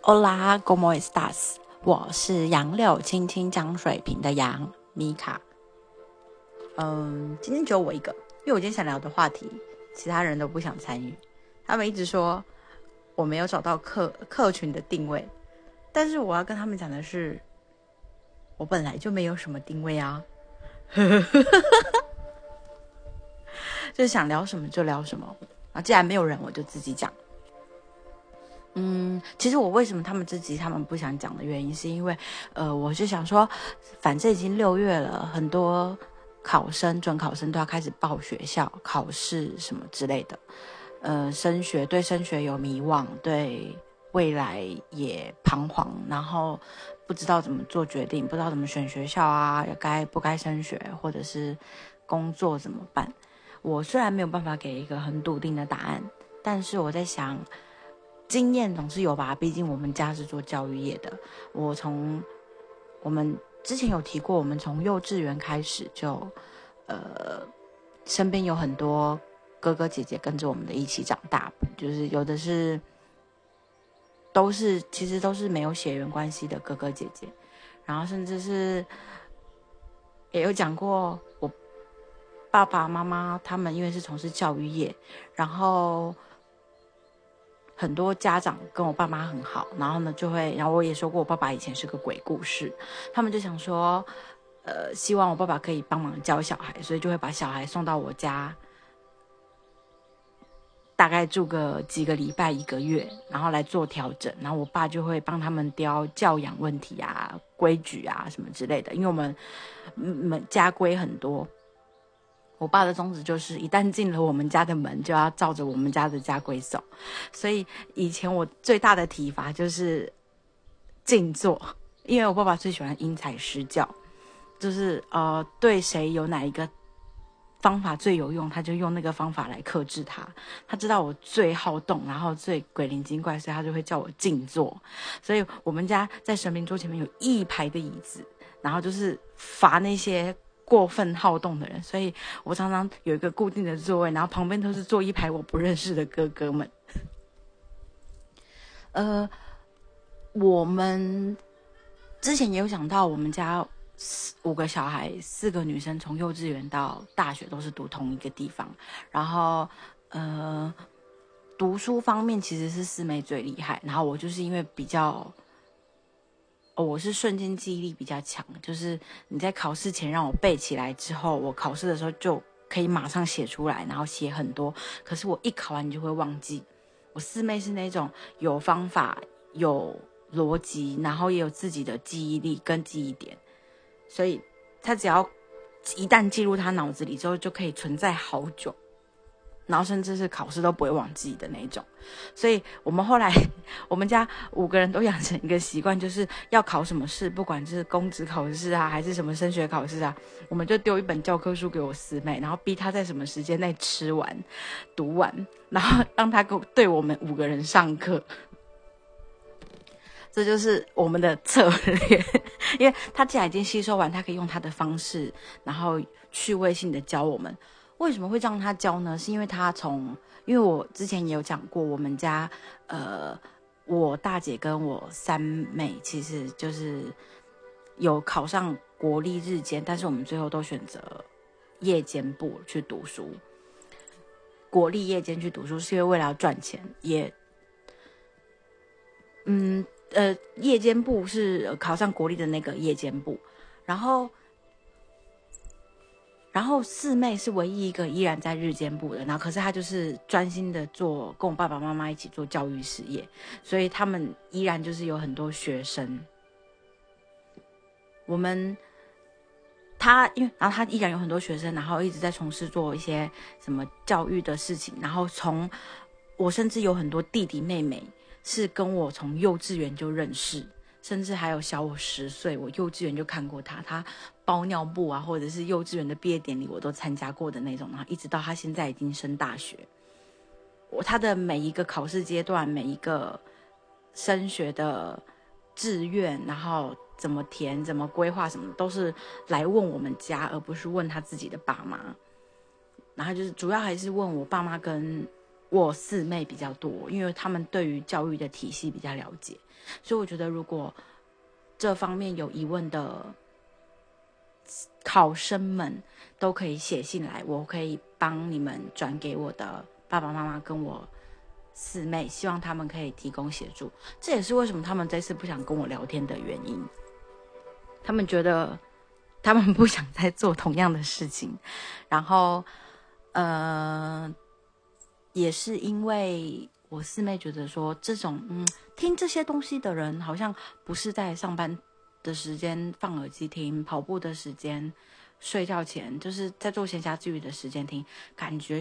Hola, ¿cómo estás? 我是杨柳青青江水平的杨米卡。今天只有我一个，因为我今天想聊的话题，其他人都不想参与。他们一直说我没有找到客群的定位，但是我要跟他们讲的是，我本来就没有什么定位啊，就是想聊什么就聊什么啊。既然没有人，我就自己讲。其实我为什么他们这集他们不想讲的原因，是因为我就想说，反正已经6月了，很多准考生都要开始报学校考试什么之类的，对升学有迷惘，对未来也彷徨，然后不知道怎么做决定，不知道怎么选学校啊，该不该升学，或者是工作怎么办。我虽然没有办法给一个很笃定的答案，但是我在想，经验总是有吧，毕竟我们家是做教育业的。我们之前有提过，我们从幼稚园开始就身边有很多哥哥姐姐跟着我们的一起长大，就是有的是其实都是没有血缘关系的哥哥姐姐，然后甚至是也有讲过，我爸爸妈妈他们因为是从事教育业，然后很多家长跟我爸妈很好，然后我也说过我爸爸以前是个鬼故事，他们就想说希望我爸爸可以帮忙教小孩，所以就会把小孩送到我家，大概住个几个礼拜1个月，然后来做调整，然后我爸就会帮他们雕教养问题啊、规矩啊什么之类的，因为我们家规很多。我爸的宗旨就是一旦进了我们家的门，就要照着我们家的家规走，所以以前我最大的体罚就是静坐，因为我爸爸最喜欢因材施教，就是对谁有哪一个方法最有用，他就用那个方法来克制他。他知道我最好动，然后最鬼灵精怪，所以他就会叫我静坐。所以我们家在神明桌前面有1排的椅子，然后就是罚那些过分好动的人，所以我常常有一个固定的座位，然后旁边都是坐1排我不认识的哥哥们。我们之前也有讲到，我们家5个小孩，4个女生，从幼稚园到大学都是读同一个地方，然后读书方面其实是4妹最厉害，然后我就是因为我是瞬间记忆力比较强，就是你在考试前让我背起来之后，我考试的时候就可以马上写出来，然后写很多，可是我一考完就会忘记。我4妹是那种有方法、有逻辑，然后也有自己的记忆力跟记忆点，所以她只要一旦记入她脑子里之后，就可以存在好久，然后甚至是考试都不会忘记的那种。所以我们后来我们家5个人都养成一个习惯，就是要考什么试，不管是公职考试啊还是什么升学考试啊，我们就丢一本教科书给我4妹，然后逼她在什么时间内吃完读完，然后让她对我们5个人上课。这就是我们的策略，因为他既然已经吸收完，他可以用他的方式，然后趣味性的教我们。为什么会让他教呢？是因为因为我之前也有讲过，我们家我大姐跟我3妹其实就是有考上国立日间，但是我们最后都选择夜间部去读书。国立夜间去读书是因为为了要赚钱，夜间部是考上国立的那个夜间部，然后4妹是唯一一个依然在日间部的，然后可是她就是专心的跟我爸爸妈妈一起做教育事业，所以他们依然就是有很多学生。然后他依然有很多学生，然后一直在从事做一些什么教育的事情，然后我甚至有很多弟弟妹妹是跟我从幼稚园就认识，甚至还有小我10岁，我幼稚园就看过他包尿布啊，或者是幼稚园的毕业典礼我都参加过的那种，然后一直到他现在已经升大学，他的每一个考试阶段，每一个升学的志愿，然后怎么填怎么规划什么，都是来问我们家，而不是问他自己的爸妈。然后就是主要还是问我爸妈跟我四妹比较多，因为他们对于教育的体系比较了解，所以我觉得如果这方面有疑问的考生们都可以写信来，我可以帮你们转给我的爸爸妈妈跟我四妹，希望他们可以提供协助。这也是为什么他们这次不想跟我聊天的原因，他们觉得他们不想再做同样的事情，然后也是因为我四妹觉得说这种听这些东西的人好像不是在上班的时间放耳机听，跑步的时间，睡觉前就是在做闲暇之余的时间听，感觉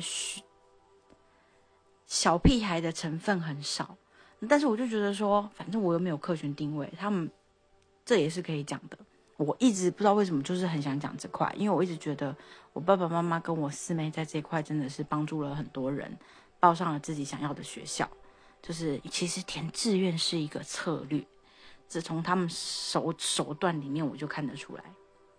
小屁孩的成分很少。但是我就觉得说反正我又没有客群定位，他们这也是可以讲的。我一直不知道为什么就是很想讲这块，因为我一直觉得我爸爸妈妈跟我四妹在这块真的是帮助了很多人，报上了自己想要的学校。就是其实填志愿是一个策略，这从他们手段里面我就看得出来。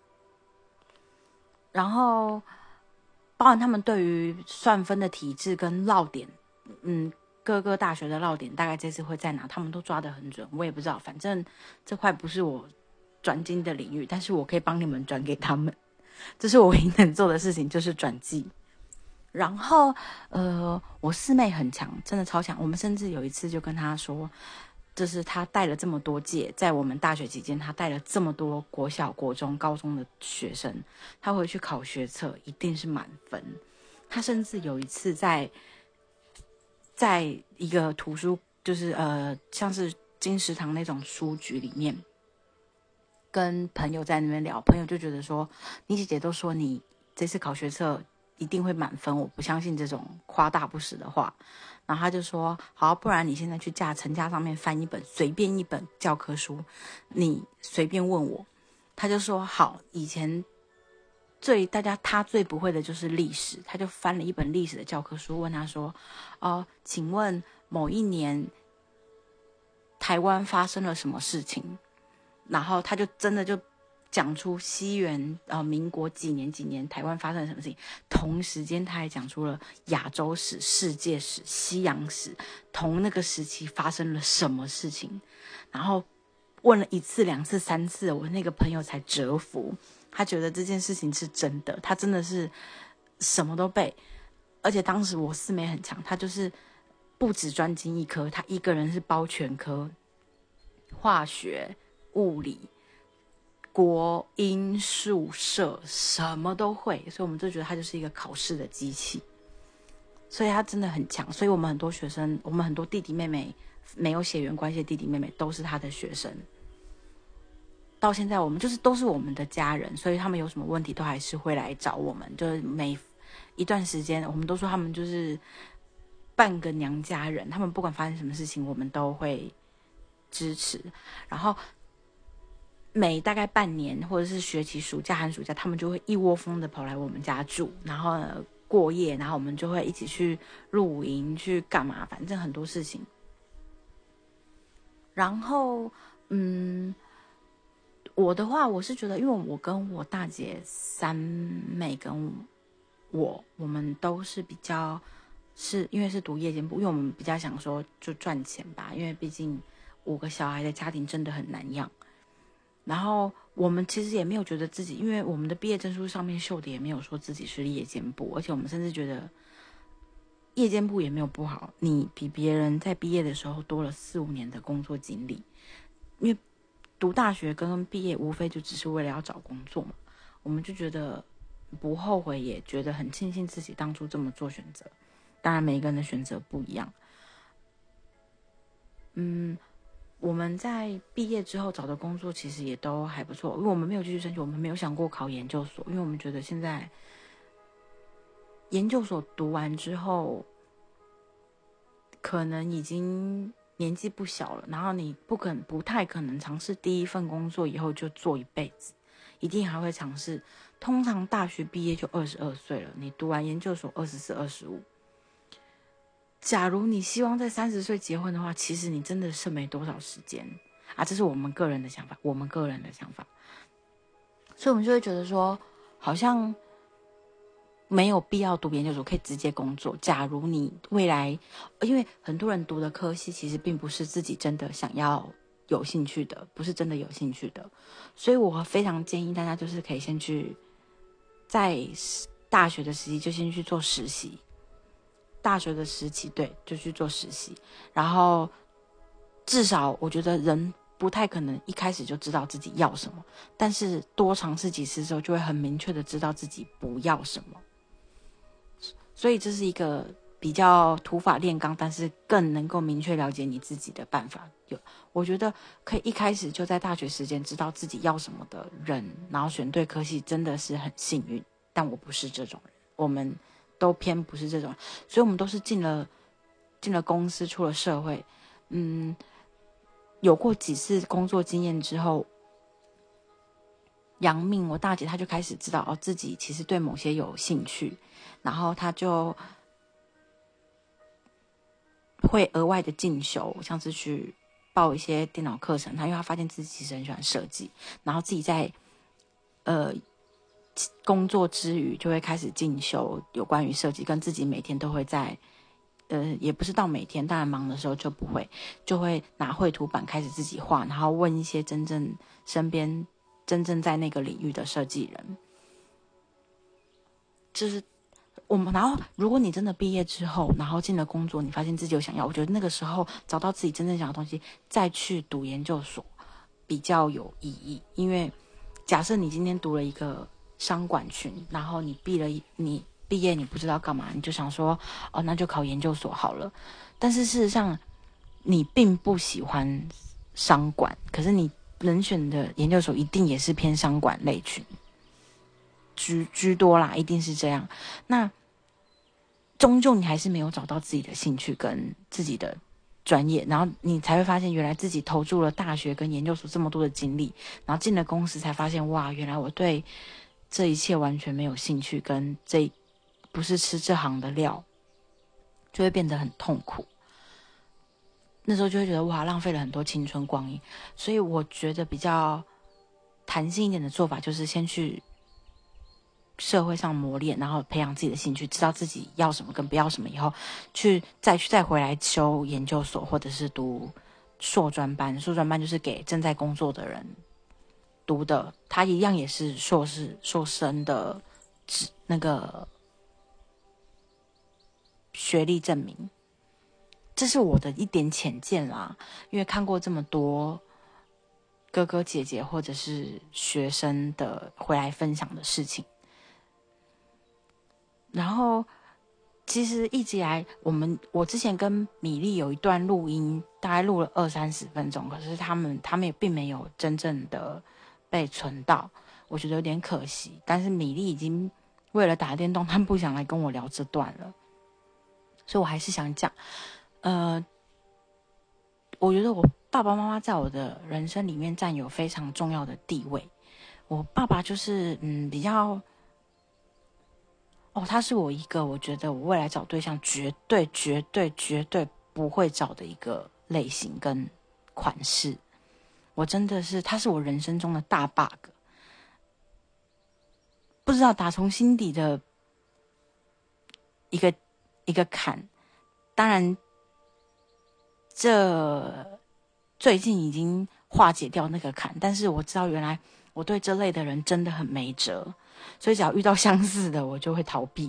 然后包含他们对于算分的体制跟落点，各个大学的落点大概这次会在哪，他们都抓得很准。我也不知道，反正这块不是我转经的领域，但是我可以帮你们转给他们，这是我唯一能做的事情，就是转寄。然后我四妹很强，真的超强。我们甚至有一次就跟她说，就是她带了这么多届，在我们大学期间，她带了这么多国小、国中、高中的学生，她回去考学测一定是满分。她甚至有一次在一个图书，就是像是金石堂那种书局里面，跟朋友在那边聊，朋友就觉得说，你姐姐都说你这次考学测一定会满分，我不相信这种夸大不实的话。然后他就说，好，不然你现在去成家上面翻一本随便一本教科书，你随便问我。他就说好，以前他最不会的就是历史，他就翻了一本历史的教科书，问他说，请问某一年台湾发生了什么事情？然后他就真的就讲出西元民国几年台湾发生了什么事情，同时间他还讲出了亚洲史、世界史、西洋史，同那个时期发生了什么事情。然后问了1次、2次、3次，我那个朋友才折服，他觉得这件事情是真的，他真的是什么都背。而且当时我四妹很强，他就是不只专精一科，他一个人是包全科，化学、物理、国英数社什么都会，所以我们就觉得他就是一个考试的机器，所以他真的很强。所以我们很多学生，我们很多弟弟妹妹，没有血缘关系的弟弟妹妹都是他的学生，到现在我们就是都是我们的家人，所以他们有什么问题都还是会来找我们，就是每一段时间我们都说他们就是半个娘家人，他们不管发生什么事情我们都会支持。然后每大概半年或者是学期、暑假、寒暑假，他们就会一窝蜂的跑来我们家住，然后过夜，然后我们就会一起去露营，去干嘛，反正很多事情。然后我的话，我是觉得，因为我跟我大姐三妹跟我们都是比较因为是读夜间部，因为我们比较想说就赚钱吧，因为毕竟5个小孩的家庭真的很难养。然后我们其实也没有觉得自己，因为我们的毕业证书上面绣的也没有说自己是夜间部，而且我们甚至觉得夜间部也没有不好，你比别人在毕业的时候多了4-5年的工作经历，因为读大学跟毕业无非就只是为了要找工作嘛，我们就觉得不后悔，也觉得很庆幸自己当初这么做选择。当然每一个人的选择不一样。我们在毕业之后找的工作其实也都还不错，因为我们没有继续升学，我们没有想过考研究所，因为我们觉得现在研究所读完之后可能已经年纪不小了，然后你不太可能尝试第一份工作以后就做一辈子，一定还会尝试。通常大学毕业就22岁了，你读完研究所24、25，假如你希望在30岁结婚的话，其实你真的剩没多少时间啊！这是我们个人的想法，所以我们就会觉得说，好像没有必要读研究所，可以直接工作。假如你未来，因为很多人读的科系其实并不是自己真的想要有兴趣的，不是真的有兴趣的，所以我非常建议大家就是可以先去在大学的时期就先去做实习，大学的时期对，就去做实习，然后至少我觉得人不太可能一开始就知道自己要什么，但是多尝试几次之后，就会很明确的知道自己不要什么。所以这是一个比较土法炼钢，但是更能够明确了解你自己的办法。我觉得可以一开始就在大学时间知道自己要什么的人，然后选对科系，真的是很幸运。但我不是这种人，我们都偏不是这种人，所以我们都是进了公司，出了社会，有过几次工作经验之后，杨命我大姐她就开始知道自己其实对某些有兴趣，然后她就会额外的进修，像是去报一些电脑课程。她因为她发现自己其实很喜欢设计，然后自己在工作之余就会开始进修有关于设计，跟自己每天都会在也不是到每天，当然忙的时候就不会，就会拿绘图板开始自己画，然后问一些身边真正在那个领域的设计人。就是我们，然后如果你真的毕业之后，然后进了工作，你发现自己有想要，我觉得那个时候找到自己真正想要的东西，再去读研究所比较有意义。因为假设你今天读了一个商管群，然后你毕业你不知道干嘛，你就想说那就考研究所好了。但是事实上你并不喜欢商管，可是你能选的研究所一定也是偏商管类群居多啦，一定是这样。那终究你还是没有找到自己的兴趣跟自己的专业，然后你才会发现原来自己投注了大学跟研究所这么多的精力，然后进了公司才发现哇，原来我对这一切完全没有兴趣，跟这不是吃这行的料，就会变得很痛苦。那时候就会觉得哇，浪费了很多青春光阴。所以我觉得比较弹性一点的做法就是先去社会上磨练，然后培养自己的兴趣，知道自己要什么跟不要什么以后，再回来修研究所或者是读硕专班。硕专班就是给正在工作的人读的，他一样也是硕生的那个学历证明。这是我的一点浅见啦，因为看过这么多哥哥姐姐或者是学生的回来分享的事情。然后其实一直以来我之前跟米粒有一段录音，大概录了20-30分钟，可是他们也并没有真正的被存到，我觉得有点可惜。但是米粒已经为了打电动，他不想来跟我聊这段了，所以我还是想讲我觉得我爸爸妈妈在我的人生里面占有非常重要的地位。我爸爸就是比较他是我一个我觉得我未来找对象绝对不会找的一个类型跟款式。我真的是他是我人生中的大 bug， 不知道打从心底的一个坎。当然这最近已经化解掉那个坎，但是我知道原来我对这类的人真的很没辙，所以只要遇到相似的我就会逃避。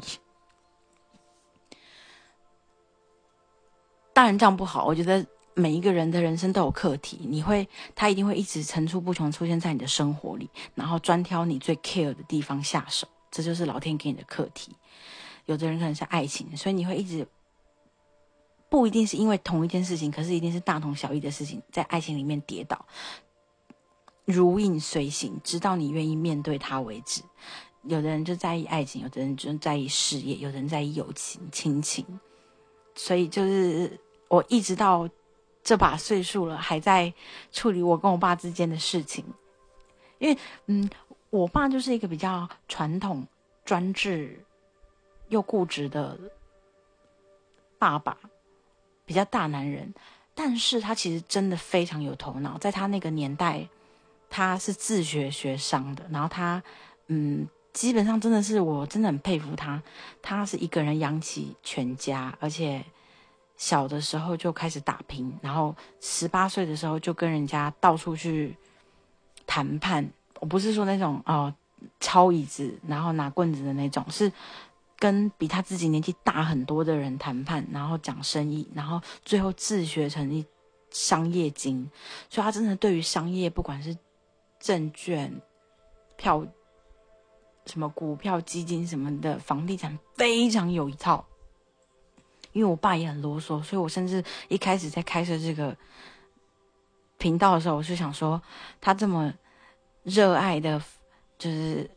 当然这样不好，我觉得每一个人的人生都有课题，他一定会一直层出不穷出现在你的生活里，然后专挑你最 care 的地方下手，这就是老天给你的课题。有的人可能是爱情，所以你会一直不一定是因为同一件事情，可是一定是大同小异的事情，在爱情里面跌倒，如影随形，直到你愿意面对它为止。有的人就在意爱情，有的人就在意事业，有的人在意友情亲情。所以就是我一直到这把岁数了，还在处理我跟我爸之间的事情。因为我爸就是一个比较传统专制又固执的爸爸，比较大男人，但是他其实真的非常有头脑。在他那个年代他是自学商的，然后他基本上真的是我真的很佩服他，他是一个人养起全家，而且小的时候就开始打拼，然后18岁的时候就跟人家到处去谈判。我不是说那种敲椅子然后拿棍子的那种，是跟比他自己年纪大很多的人谈判，然后讲生意，然后最后自学成一商业经。所以他真的对于商业，不管是证券、票、什么股票、基金什么的，房地产非常有一套。因为我爸也很啰嗦，所以我甚至一开始在开设这个频道的时候，我就想说，他这么热爱的，就是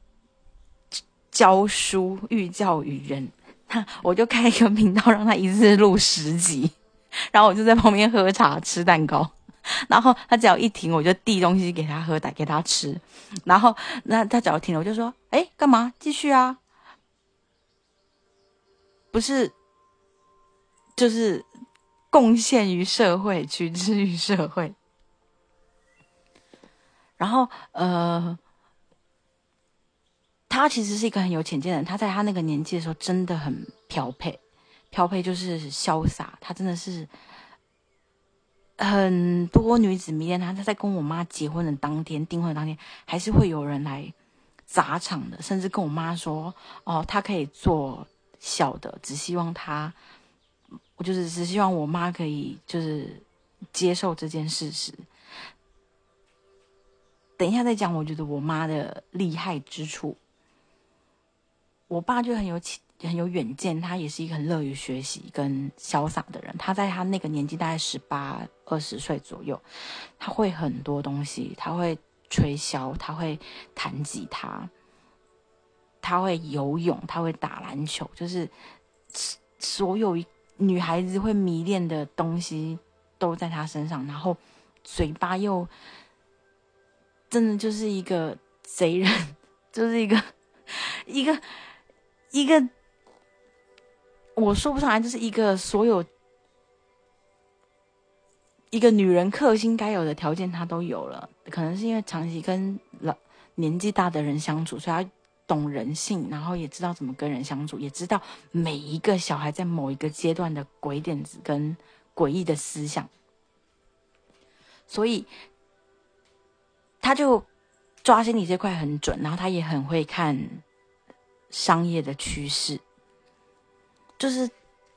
教书寓教于人，我就开一个频道，让他一次录10集，然后我就在旁边喝茶吃蛋糕，然后他只要一停，我就递东西给他喝，给他吃，然后那他只要停了，我就说，干嘛？继续啊，不是。就是贡献于社会，取之于社会。然后他其实是一个很有浅见的人，他在他那个年纪的时候真的很飘配，飘配就是潇洒，他真的是很多女子迷恋他。他在跟我妈结婚的当天，订婚的当天，还是会有人来砸场的，甚至跟我妈说，他可以做小的，只希望他。我就是只希望我妈可以就是接受这件事实。等一下再讲，我觉得我妈的厉害之处。我爸就很有远见，他也是一个很乐于学习跟潇洒的人。他在他那个年纪，大概18、20岁左右，他会很多东西，他会吹箫，他会弹吉他，他会游泳，他会打篮球，就是所有女孩子会迷恋的东西都在他身上，然后嘴巴又真的就是一个贼人，就是一个我说不上来，就是一个所有一个女人克星该有的条件他都有了。可能是因为长期跟年纪大的人相处，所以他懂人性，然后也知道怎么跟人相处，也知道每一个小孩在某一个阶段的鬼点子跟诡异的思想，所以他就抓心理这块很准，然后他也很会看商业的趋势，就是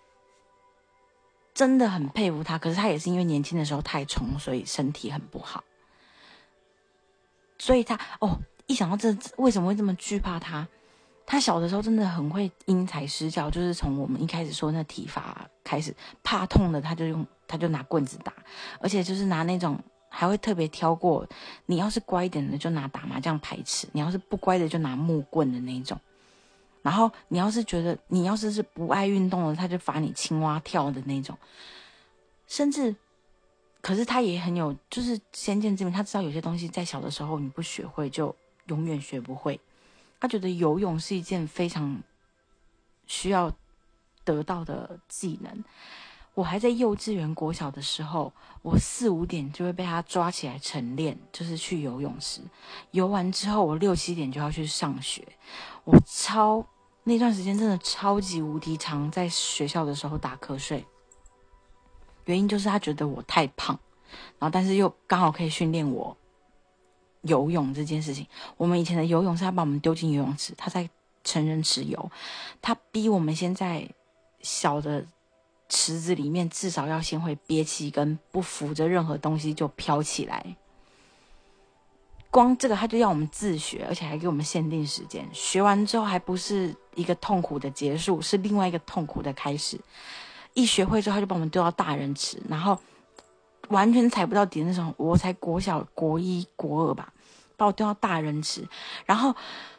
真的很佩服他。可是他也是因为年轻的时候太冲，所以身体很不好，所以他一想到这为什么会这么惧怕他，他小的时候真的很会因材施教，就是从我们一开始说那体罚开始，怕痛的他就拿棍子打，而且就是拿那种还会特别挑过，你要是乖一点的就拿打麻将排斥，你要是不乖的就拿木棍的那种，然后你要是是不爱运动的，他就罚你青蛙跳的那种，甚至可是他也很有就是先见之明，他知道有些东西在小的时候你不学会就永远学不会。他觉得游泳是一件非常需要得到的技能。我还在幼稚园国小的时候，我4、5点就会被他抓起来晨练，就是去游泳池。游完之后，我6、7点就要去上学。那段时间真的超级无敌长，在学校的时候打瞌睡。原因就是他觉得我太胖，然后但是又刚好可以训练我游泳这件事情。我们以前的游泳是他把我们丢进游泳池，他在成人池游，他逼我们先在小的池子里面至少要先会憋气，跟不扶着任何东西就飘起来。光这个他就要我们自学，而且还给我们限定时间。学完之后还不是一个痛苦的结束，是另外一个痛苦的开始。一学会之后，他就把我们丢到大人池，然后完全踩不到底那种。我才国小、国1、国2吧，把我丢到大人池，然后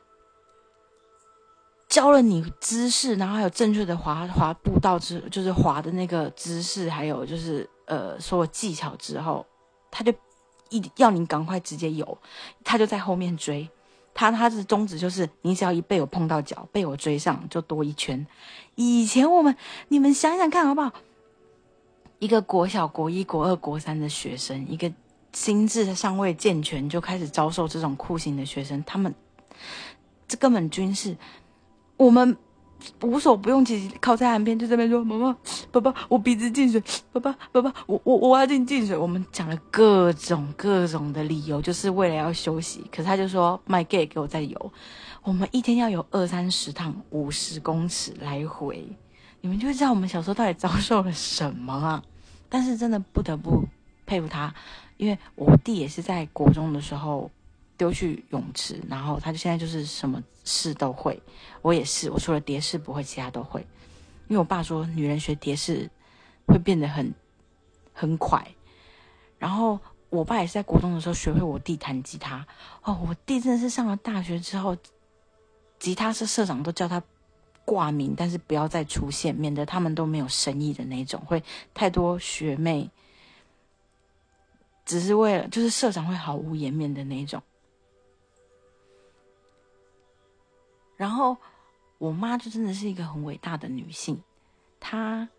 教了你姿势，然后还有正确的滑步道就是滑的那个姿势，还有就是所有技巧之后，他就要你赶快直接游，他就在后面追。他的宗旨就是，你只要一被我碰到脚，被我追上，就多1圈。以前你们想想看好不好？一个国小、国1、国2、国3的学生，一个心智尚未健全就开始遭受这种酷刑的学生，他们这根本军事，我们无所不用其极，靠在岸边就这边说：“妈妈，爸爸，我鼻子进水，爸爸，爸爸，我要进水。”我们讲了各种的理由，就是为了要休息。可是他就说：“My gay，给我再游。”我们一天要游20-30趟，50公尺来回，你们就会知道我们小时候到底遭受了什么啊！但是真的不得不佩服他，因为我弟也是在国中的时候丢去泳池，然后他就现在就是什么事都会。我也是，我除了蝶式不会，其他都会。因为我爸说女人学蝶式会变得很快，然后我爸也是在国中的时候学会我弟弹吉他。我弟真的是上了大学之后，吉他社长都叫他挂名，但是不要再出现，免得他们都没有生意的那种，会太多学妹只是为了，就是社长会毫无颜面的那种。然后我妈就真的是一个很伟大的女性，她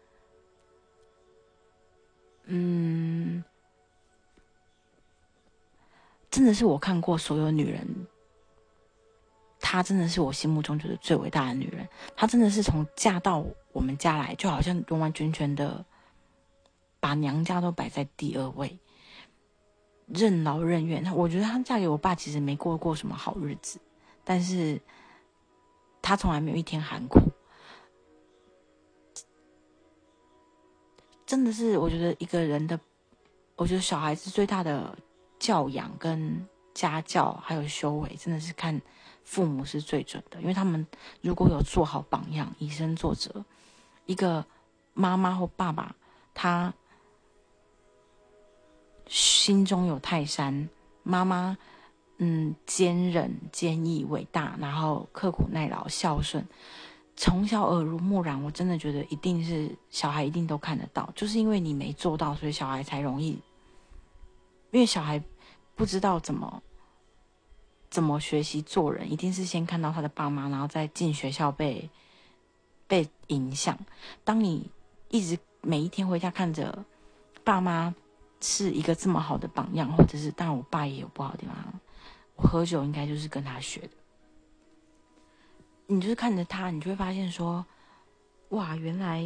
真的是我看过所有女人，她真的是我心目中觉得最伟大的女人。她真的是从嫁到我们家来，就好像完完全全的把娘家都摆在第二位，任劳任怨。我觉得她嫁给我爸其实没过什么好日子，但是她从来没有一天喊苦。真的是我觉得一个人的，我觉得小孩子最大的教养跟家教还有修为，真的是看父母是最准的。因为他们如果有做好榜样，以身作则，一个妈妈或爸爸他心中有泰山，妈妈坚韧坚毅伟大，然后刻苦耐劳孝顺，从小耳濡目染，我真的觉得一定是小孩一定都看得到。就是因为你没做到，所以小孩才容易，因为小孩不知道怎么学习做人，一定是先看到他的爸妈，然后再进学校被影响。当你一直每一天回家看着爸妈是一个这么好的榜样，或者是当然我爸也有不好的地方，我喝酒应该就是跟他学的。你就是看着他，你就会发现说，哇，原来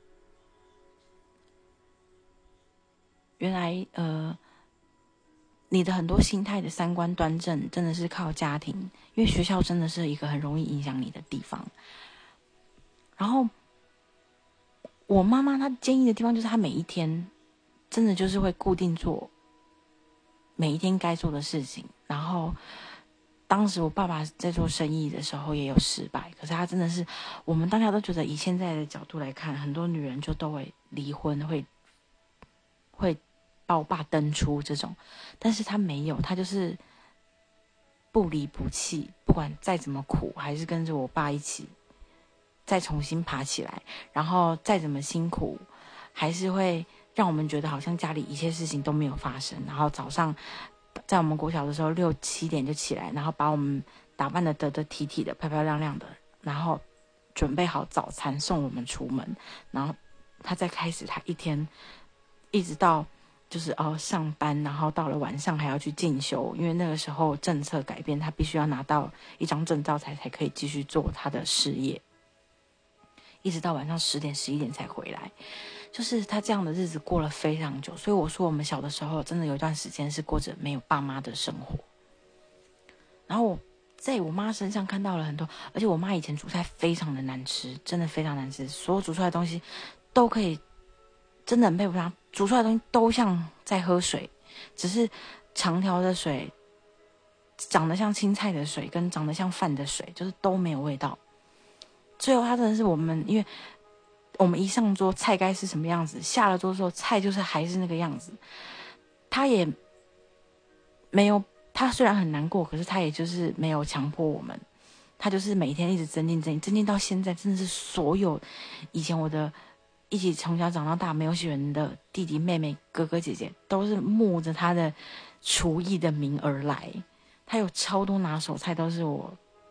你的很多心态的三观端正，真的是靠家庭，因为学校真的是一个很容易影响你的地方。然后我妈妈她建议的地方，就是她每一天真的就是会固定做每一天该做的事情。然后当时我爸爸在做生意的时候也有失败，可是他真的是，我们大家都觉得以现在的角度来看，很多女人就都会离婚，会把我爸登出这种，但是他没有，他就是不离不弃，不管再怎么苦，还是跟着我爸一起再重新爬起来，然后再怎么辛苦，还是会让我们觉得好像家里一切事情都没有发生。然后早上在我们国小的时候6-7点就起来，然后把我们打扮得得得体体的，漂漂亮亮的，然后准备好早餐送我们出门，然后他再开始他一天，一直到就是上班，然后到了晚上还要去进修，因为那个时候政策改变，他必须要拿到一张证照才可以继续做他的事业，一直到晚上10点11点才回来。就是他这样的日子过了非常久，所以我说我们小的时候真的有一段时间是过着没有爸妈的生活。然后我在我妈身上看到了很多，而且我妈以前煮菜非常的难吃，真的非常难吃，所有煮出来的东西都可以，真的很佩服她，煮出来的东西都像在喝水，只是长条的水长得像青菜的水跟长得像饭的水，就是都没有味道。最后她真的是因为我们一上桌菜该是什么样子，下了桌之后菜就是还是那个样子。他也没有，他虽然很难过，可是他也就是没有强迫我们，他就是每天一直增进到现在，真的是所有以前我的一起从小长到大没有血缘的弟弟妹妹哥哥姐姐，都是慕着他的厨艺的名而来。他有超多拿手菜都是我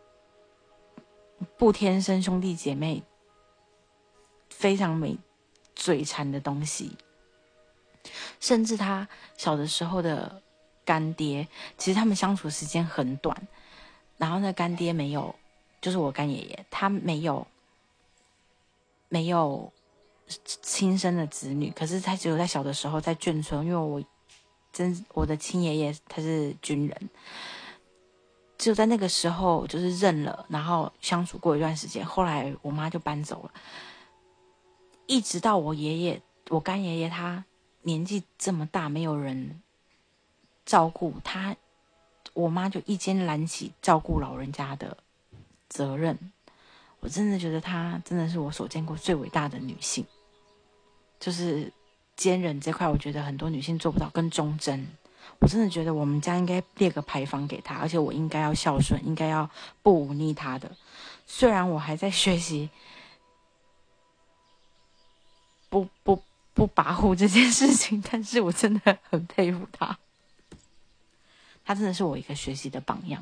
不天生兄弟姐妹非常嘴馋的东西。甚至他小的时候的干爹，其实他们相处的时间很短，然后那干爹没有就是我干爷爷，他没有亲生的子女，可是他只有在小的时候在眷村，因为我的亲爷爷他是军人，只有在那个时候就是认了，然后相处过一段时间，后来我妈就搬走了，一直到我干爷爷他年纪这么大，没有人照顾他，我妈就一肩揽起照顾老人家的责任。我真的觉得她真的是我所见过最伟大的女性，就是坚韧这块，我觉得很多女性做不到，跟忠贞。我真的觉得我们家应该列个牌坊给她，而且我应该要孝顺，应该要不忤逆她的。虽然我还在学习不跋扈这件事情，但是我真的很佩服她。她真的是我一个学习的榜样。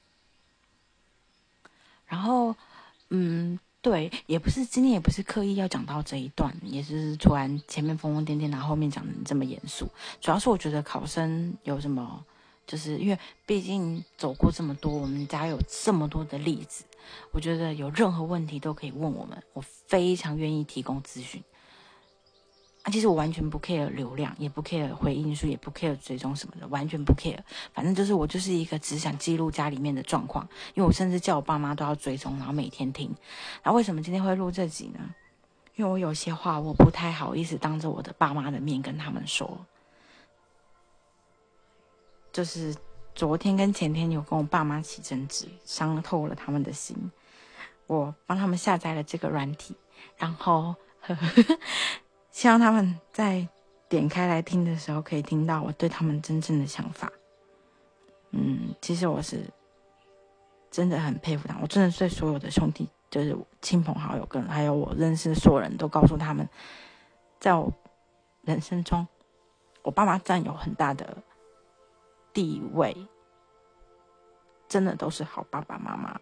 然后对，今天也不是刻意要讲到这一段，也是突然前面疯疯癫癫，然后后面讲的这么严肃。主要是我觉得考生有什么，就是因为毕竟走过这么多，我们家有这么多的例子，我觉得有任何问题都可以问我们，我非常愿意提供资讯。其实我完全不 care 流量，也不 care 回应数，也不 care 追踪什么的，完全不 care。反正就是我就是一个只想记录家里面的状况，因为我甚至叫我爸妈都要追踪，然后每天听。然后为什么今天会录这集呢？因为我有些话我不太好意思当着我的爸妈的面跟他们说。就是昨天跟前天有跟我爸妈起争执，伤透了他们的心。我帮他们下载了这个软体，然后希望他们在点开来听的时候，可以听到我对他们真正的想法。其实我是真的很佩服他们，我真的对所有的兄弟，就是亲朋好友还有我认识的所有人都告诉他们，在我人生中，我爸妈占有很大的地位，真的都是好爸爸妈妈。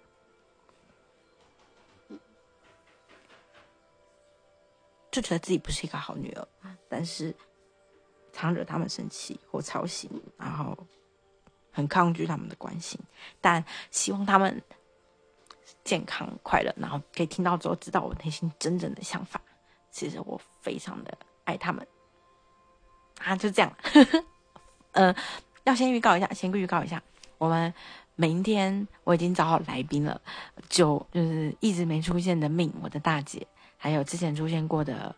就觉得自己不是一个好女儿，但是常惹他们生气或操心，然后很抗拒他们的关心，但希望他们健康快乐，然后可以听到之后知道我内心真正的想法。其实我非常的爱他们就这样要先预告一下，我们明天我已经找好来宾了，就是一直没出现的命，我的大姐，还有之前出现过的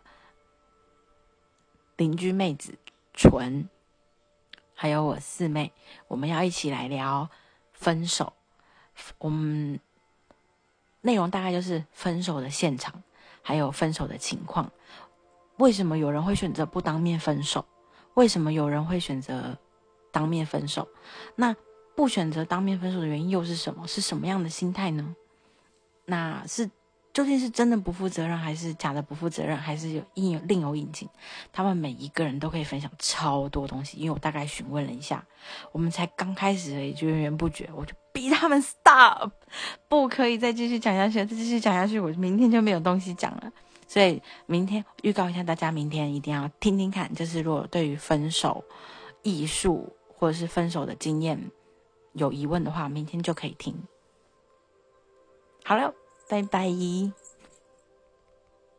邻居妹子纯，还有我四妹，我们要一起来聊分手。我们内容大概就是分手的现场，还有分手的情况。为什么有人会选择不当面分手？为什么有人会选择当面分手？那不选择当面分手的原因又是什么？是什么样的心态呢？那究竟是真的不负责任，还是假的不负责任，还是另有隐情？他们每一个人都可以分享超多东西，因为我大概询问了一下，我们才刚开始而已，就源源不绝，我就逼他们 stop， 不可以再继续讲下去，再继续讲下去，我明天就没有东西讲了。所以明天预告一下，大家明天一定要听听看，就是如果对于分手艺术或者是分手的经验有疑问的话，明天就可以听。好了，拜拜。